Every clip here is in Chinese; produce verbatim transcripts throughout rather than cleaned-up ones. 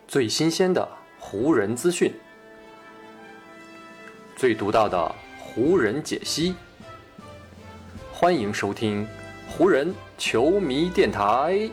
最新鲜的湖人资讯，最独到的湖人解析。欢迎收听湖人球迷电台。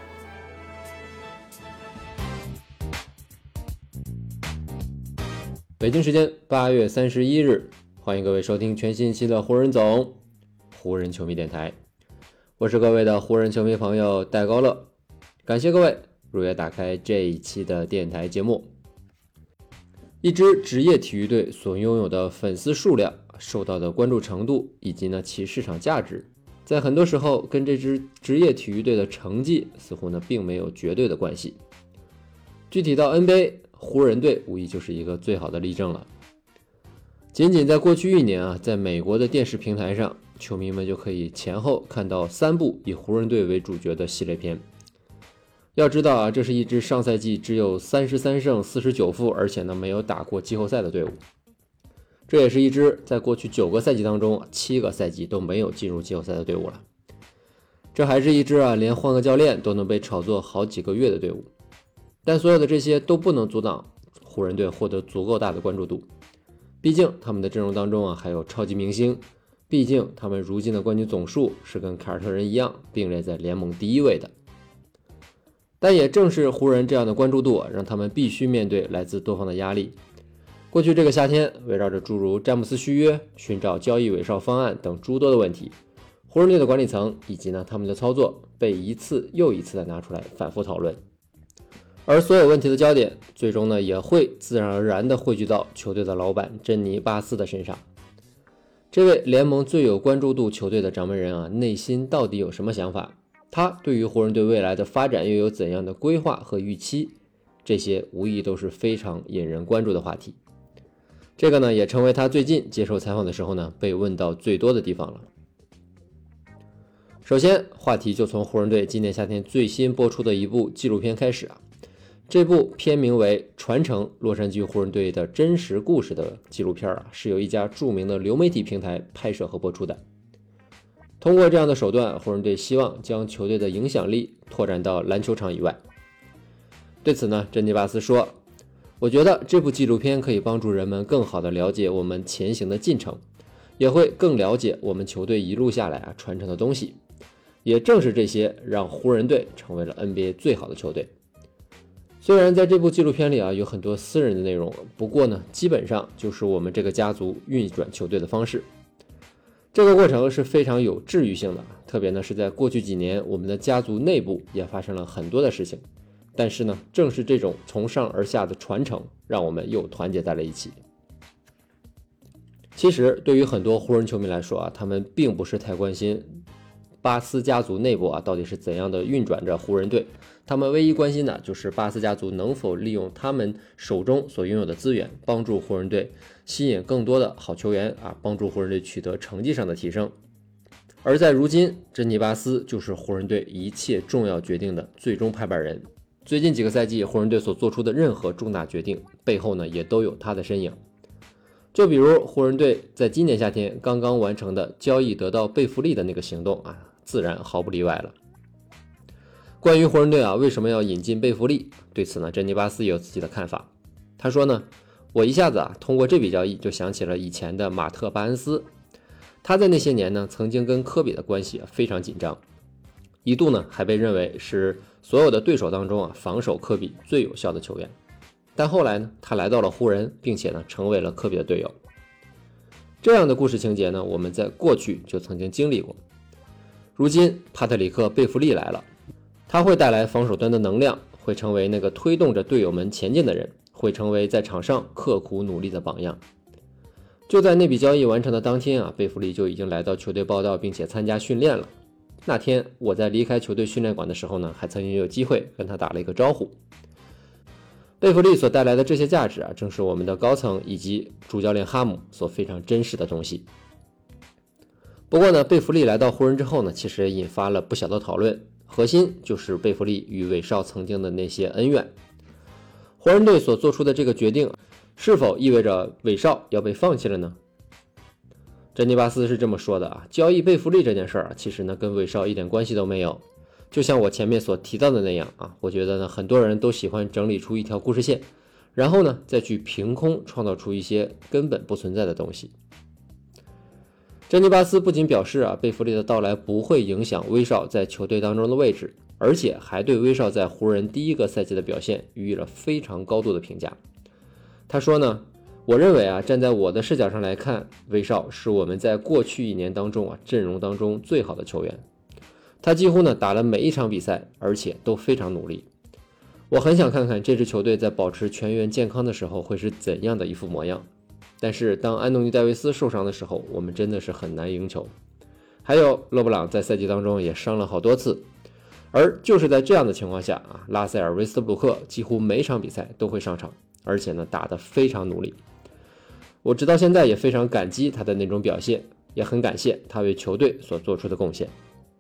北京时间八月三十一日，欢迎各位收听全新一期的湖人总湖人球迷电台。我是各位的湖人球迷朋友戴高乐，感谢各位如约打开这一期的电台节目。一支职业体育队所拥有的粉丝数量、受到的关注程度以及呢其市场价值，在很多时候跟这支职业体育队的成绩似乎呢并没有绝对的关系。具体到 N B A， 湖人队无疑就是一个最好的例证了。仅仅在过去一年啊，在美国的电视平台上，球迷们就可以前后看到三部以湖人队为主角的系列片。要知道啊，这是一支上赛季只有三十三胜四十九负，而且呢没有打过季后赛的队伍。这也是一支在过去九个赛季当中，七个赛季都没有进入季后赛的队伍了。这还是一支啊连换个教练都能被炒作好几个月的队伍。但所有的这些都不能阻挡湖人队获得足够大的关注度。毕竟他们的阵容当中啊还有超级明星，毕竟他们如今的冠军总数是跟凯尔特人一样并列在联盟第一位的。但也正是湖人这样的关注度啊，让他们必须面对来自多方的压力。过去这个夏天，围绕着诸如詹姆斯续约、寻找交易韦少方案等诸多的问题，湖人队的管理层以及呢他们的操作被一次又一次的拿出来反复讨论。而所有问题的焦点最终呢也会自然而然的汇聚到球队的老板珍妮巴斯的身上。这位联盟最有关注度球队的掌门人啊，内心到底有什么想法？他对于湖人队未来的发展又有怎样的规划和预期？这些无疑都是非常引人关注的话题。这个呢也成为他最近接受采访的时候呢被问到最多的地方了。首先话题就从湖人队今年夏天最新播出的一部纪录片开始啊。这部片名为《传承洛杉矶湖人队的真实故事》的纪录片啊，是由一家著名的流媒体平台拍摄和播出的。通过这样的手段，湖人队希望将球队的影响力拓展到篮球场以外。对此呢，珍妮巴斯说：“我觉得这部纪录片可以帮助人们更好地了解我们前行的进程，也会更了解我们球队一路下来啊传承的东西。也正是这些，让湖人队成为了 N B A 最好的球队。”虽然在这部纪录片里啊有很多私人的内容，不过呢，基本上就是我们这个家族运转球队的方式。这个过程是非常有治愈性的，特别呢是在过去几年，我们的家族内部也发生了很多的事情。但是呢，正是这种从上而下的传承，让我们又团结在了一起。其实，对于很多湖人球迷来说啊，他们并不是太关心巴斯家族内部啊到底是怎样的运转着湖人队，他们唯一关心的就是巴斯家族能否利用他们手中所拥有的资源，帮助湖人队吸引更多的好球员啊，帮助湖人队取得成绩上的提升。而在如今，珍妮巴斯就是湖人队一切重要决定的最终拍板人。最近几个赛季，湖人队所做出的任何重大决定背后呢，也都有他的身影。就比如湖人队在今年夏天刚刚完成的交易得到贝弗利的那个行动啊，自然毫不例外了。关于湖人队啊为什么要引进贝弗利，对此呢，珍妮巴斯也有自己的看法。他说呢，我一下子啊通过这笔交易就想起了以前的马特·巴恩斯，他在那些年呢曾经跟科比的关系非常紧张，一度呢还被认为是所有的对手当中啊防守科比最有效的球员。但后来呢，他来到了湖人，并且呢成为了科比的队友。这样的故事情节呢，我们在过去就曾经经历过。如今帕特里克·贝弗利来了，他会带来防守端的能量，会成为那个推动着队友们前进的人，会成为在场上刻苦努力的榜样。就在那笔交易完成的当天啊，贝弗利就已经来到球队报道，并且参加训练了。那天我在离开球队训练馆的时候呢，还曾经有机会跟他打了一个招呼。贝弗利所带来的这些价值啊，正是我们的高层以及主教练哈姆所非常珍视的东西。不过呢，贝弗利来到湖人之后呢，其实也引发了不小的讨论，核心就是贝弗利与韦少曾经的那些恩怨。湖人队所做出的这个决定，是否意味着韦少要被放弃了呢？珍妮巴斯是这么说的啊，交易贝弗利这件事儿啊，其实呢跟韦少一点关系都没有。 就像我前面所提到的那样啊，我觉得呢，很多人都喜欢整理出一条故事线，然后呢，再去凭空创造出一些根本不存在的东西。珍妮巴斯不仅表示啊，贝弗利的到来不会影响威少在球队当中的位置，而且还对威少在湖人第一个赛季的表现予以了非常高度的评价。他说呢，我认为啊，站在我的视角上来看，威少是我们在过去一年当中啊阵容当中最好的球员。他几乎呢打了每一场比赛，而且都非常努力。我很想看看这支球队在保持全员健康的时候会是怎样的一副模样。但是当安东尼·戴维斯受伤的时候，我们真的是很难赢球。还有勒布朗在赛季当中也伤了好多次，而就是在这样的情况下啊，拉塞尔·威斯特布鲁克几乎每场比赛都会上场，而且呢打得非常努力。我直到现在也非常感激他的那种表现，也很感谢他为球队所做出的贡献。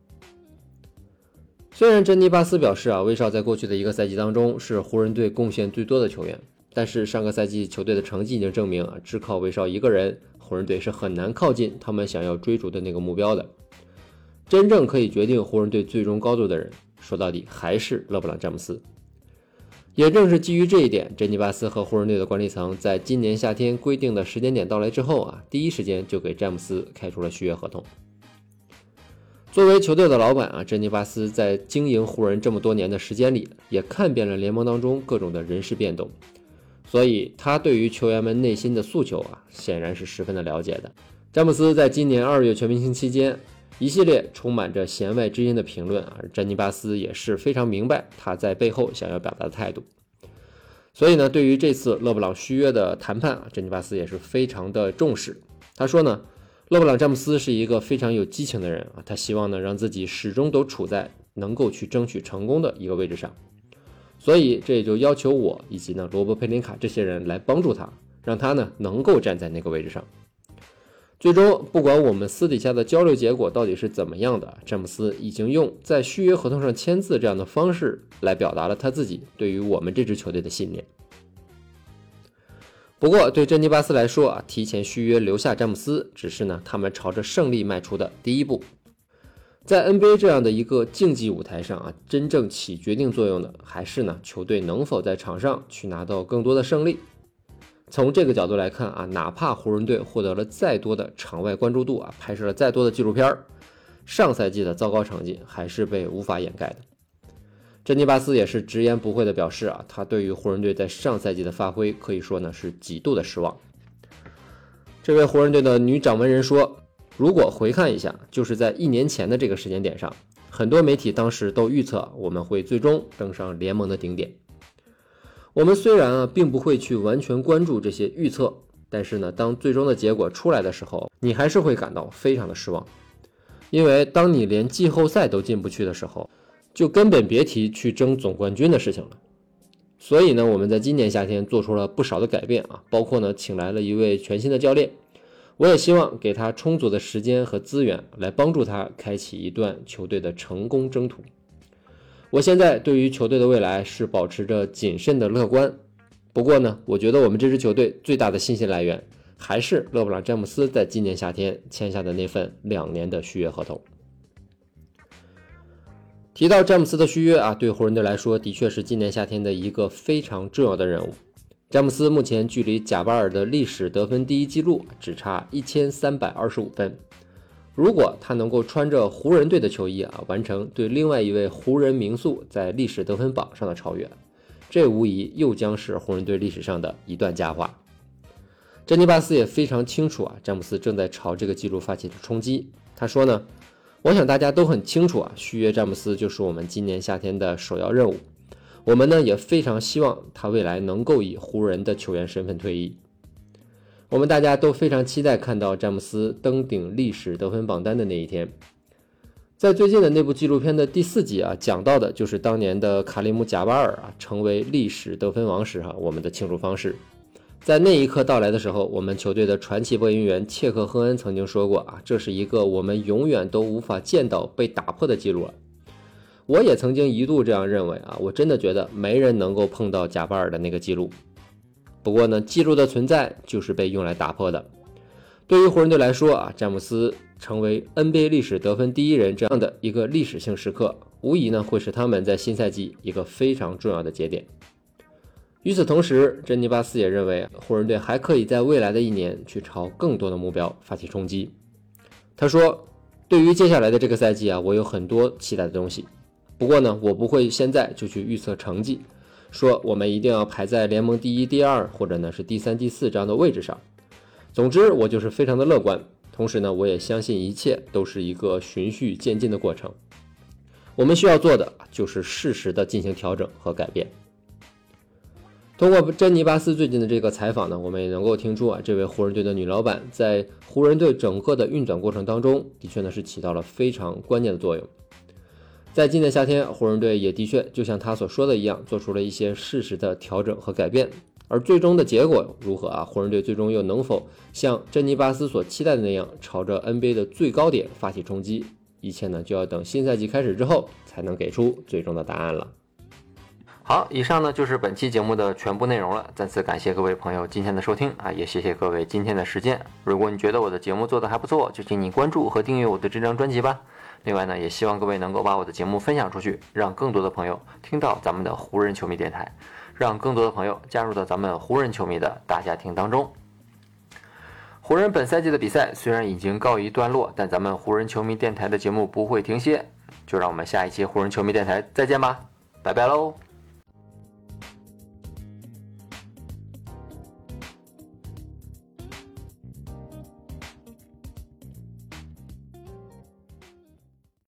虽然珍妮巴斯表示啊，威少在过去的一个赛季当中是湖人队贡献最多的球员，但是上个赛季球队的成绩已经证明啊，只靠威少一个人，湖人队是很难靠近他们想要追逐的那个目标的。真正可以决定湖人队最终高度的人，说到底还是勒布朗·詹姆斯。也正是基于这一点，珍妮巴斯和湖人队的管理层在今年夏天规定的时间点到来之后啊，第一时间就给詹姆斯开出了续约合同。作为球队的老板啊，珍妮巴斯在经营湖人这么多年的时间里，也看遍了联盟当中各种的人事变动，所以他对于球员们内心的诉求啊，显然是十分的了解的。詹姆斯在今年二月全明星期间，一系列充满着弦外之音的评论啊，珍妮巴斯也是非常明白他在背后想要表达的态度。所以呢，对于这次勒布朗续约的谈判啊，珍妮巴斯也是非常的重视。他说呢，勒布朗·詹姆斯是一个非常有激情的人啊，他希望呢让自己始终都处在能够去争取成功的一个位置上，所以这也就要求我以及呢罗伯·佩林卡这些人来帮助他，让他呢能够站在那个位置上。最终，不管我们私底下的交流结果到底是怎么样的，詹姆斯已经用在续约合同上签字这样的方式来表达了他自己对于我们这支球队的信念。不过对珍妮巴斯来说啊，提前续约留下詹姆斯只是呢他们朝着胜利迈出的第一步。在 N B A 这样的一个竞技舞台上啊，真正起决定作用的还是呢球队能否在场上去拿到更多的胜利。从这个角度来看啊，哪怕湖人队获得了再多的场外关注度啊，拍摄了再多的纪录片，上赛季的糟糕成绩还是被无法掩盖的。珍妮巴斯也是直言不讳的表示啊，他对于湖人队在上赛季的发挥可以说呢是极度的失望。这位湖人队的女掌门人说，如果回看一下，就是在一年前的这个时间点上，很多媒体当时都预测我们会最终登上联盟的顶点。我们虽然啊并不会去完全关注这些预测，但是呢，当最终的结果出来的时候，你还是会感到非常的失望。因为当你连季后赛都进不去的时候，就根本别提去争总冠军的事情了。所以呢，我们在今年夏天做出了不少的改变啊，包括呢请来了一位全新的教练，我也希望给他充足的时间和资源来帮助他开启一段球队的成功征途。我现在对于球队的未来是保持着谨慎的乐观，不过呢，我觉得我们这支球队最大的信心来源还是勒布朗·詹姆斯在今年夏天签下的那份两年的续约合同。提到詹姆斯的续约啊，对湖人队来说的确是今年夏天的一个非常重要的任务。詹姆斯目前距离贾巴尔的历史得分第一纪录只差一千三百二十五分。如果他能够穿着湖人队的球衣啊，完成对另外一位湖人名宿在历史得分榜上的超越，这无疑又将是湖人队历史上的一段佳话。珍妮巴斯也非常清楚啊，詹姆斯正在朝这个记录发起的冲击。他说呢，我想大家都很清楚啊，续约詹姆斯就是我们今年夏天的首要任务。我们呢也非常希望他未来能够以湖人的球员身份退役。我们大家都非常期待看到詹姆斯登顶历史得分榜单的那一天。在最近的那部纪录片的第四集啊，讲到的就是当年的卡利姆·贾巴尔啊成为历史得分王时啊，我们的庆祝方式。在那一刻到来的时候，我们球队的传奇播音员切克·赫恩曾经说过啊，这是一个我们永远都无法见到被打破的记录了。我也曾经一度这样认为啊，我真的觉得没人能够碰到贾巴尔的那个记录。不过呢，记录的存在就是被用来打破的。对于湖人队来说啊，詹姆斯成为 N B A 历史得分第一人这样的一个历史性时刻，无疑呢会是他们在新赛季一个非常重要的节点。与此同时，珍妮巴斯也认为湖人队还可以在未来的一年去朝更多的目标发起冲击。他说，对于接下来的这个赛季啊，我有很多期待的东西，不过呢，我不会现在就去预测成绩，说我们一定要排在联盟第一、第二，或者呢是第三、第四这样的位置上。总之，我就是非常的乐观，同时呢，我也相信一切都是一个循序渐进的过程。我们需要做的就是适时的进行调整和改变。通过珍妮巴斯最近的这个采访呢，我们也能够听出啊，这位湖人队的女老板在湖人队整个的运转过程当中，的确呢是起到了非常关键的作用。在今年夏天，湖人队也的确就像他所说的一样，做出了一些适时的调整和改变。而最终的结果如何啊？湖人队最终又能否像珍妮巴斯所期待的那样，朝着 N B A 的最高点发起冲击？一切呢就要等新赛季开始之后才能给出最终的答案了。 好，以上呢就是本期节目的全部内容了。再次感谢各位朋友今天的收听啊，也谢谢各位今天的时间。如果你觉得我的节目做得还不错，就请你关注和订阅我的这张专辑吧。另外呢，也希望各位能够把我的节目分享出去，让更多的朋友听到咱们的湖人球迷电台，让更多的朋友加入到咱们湖人球迷的大家庭当中。湖人本赛季的比赛虽然已经告一段落，但咱们湖人球迷电台的节目不会停歇。就让我们下一期湖人球迷电台再见吧，拜拜喽。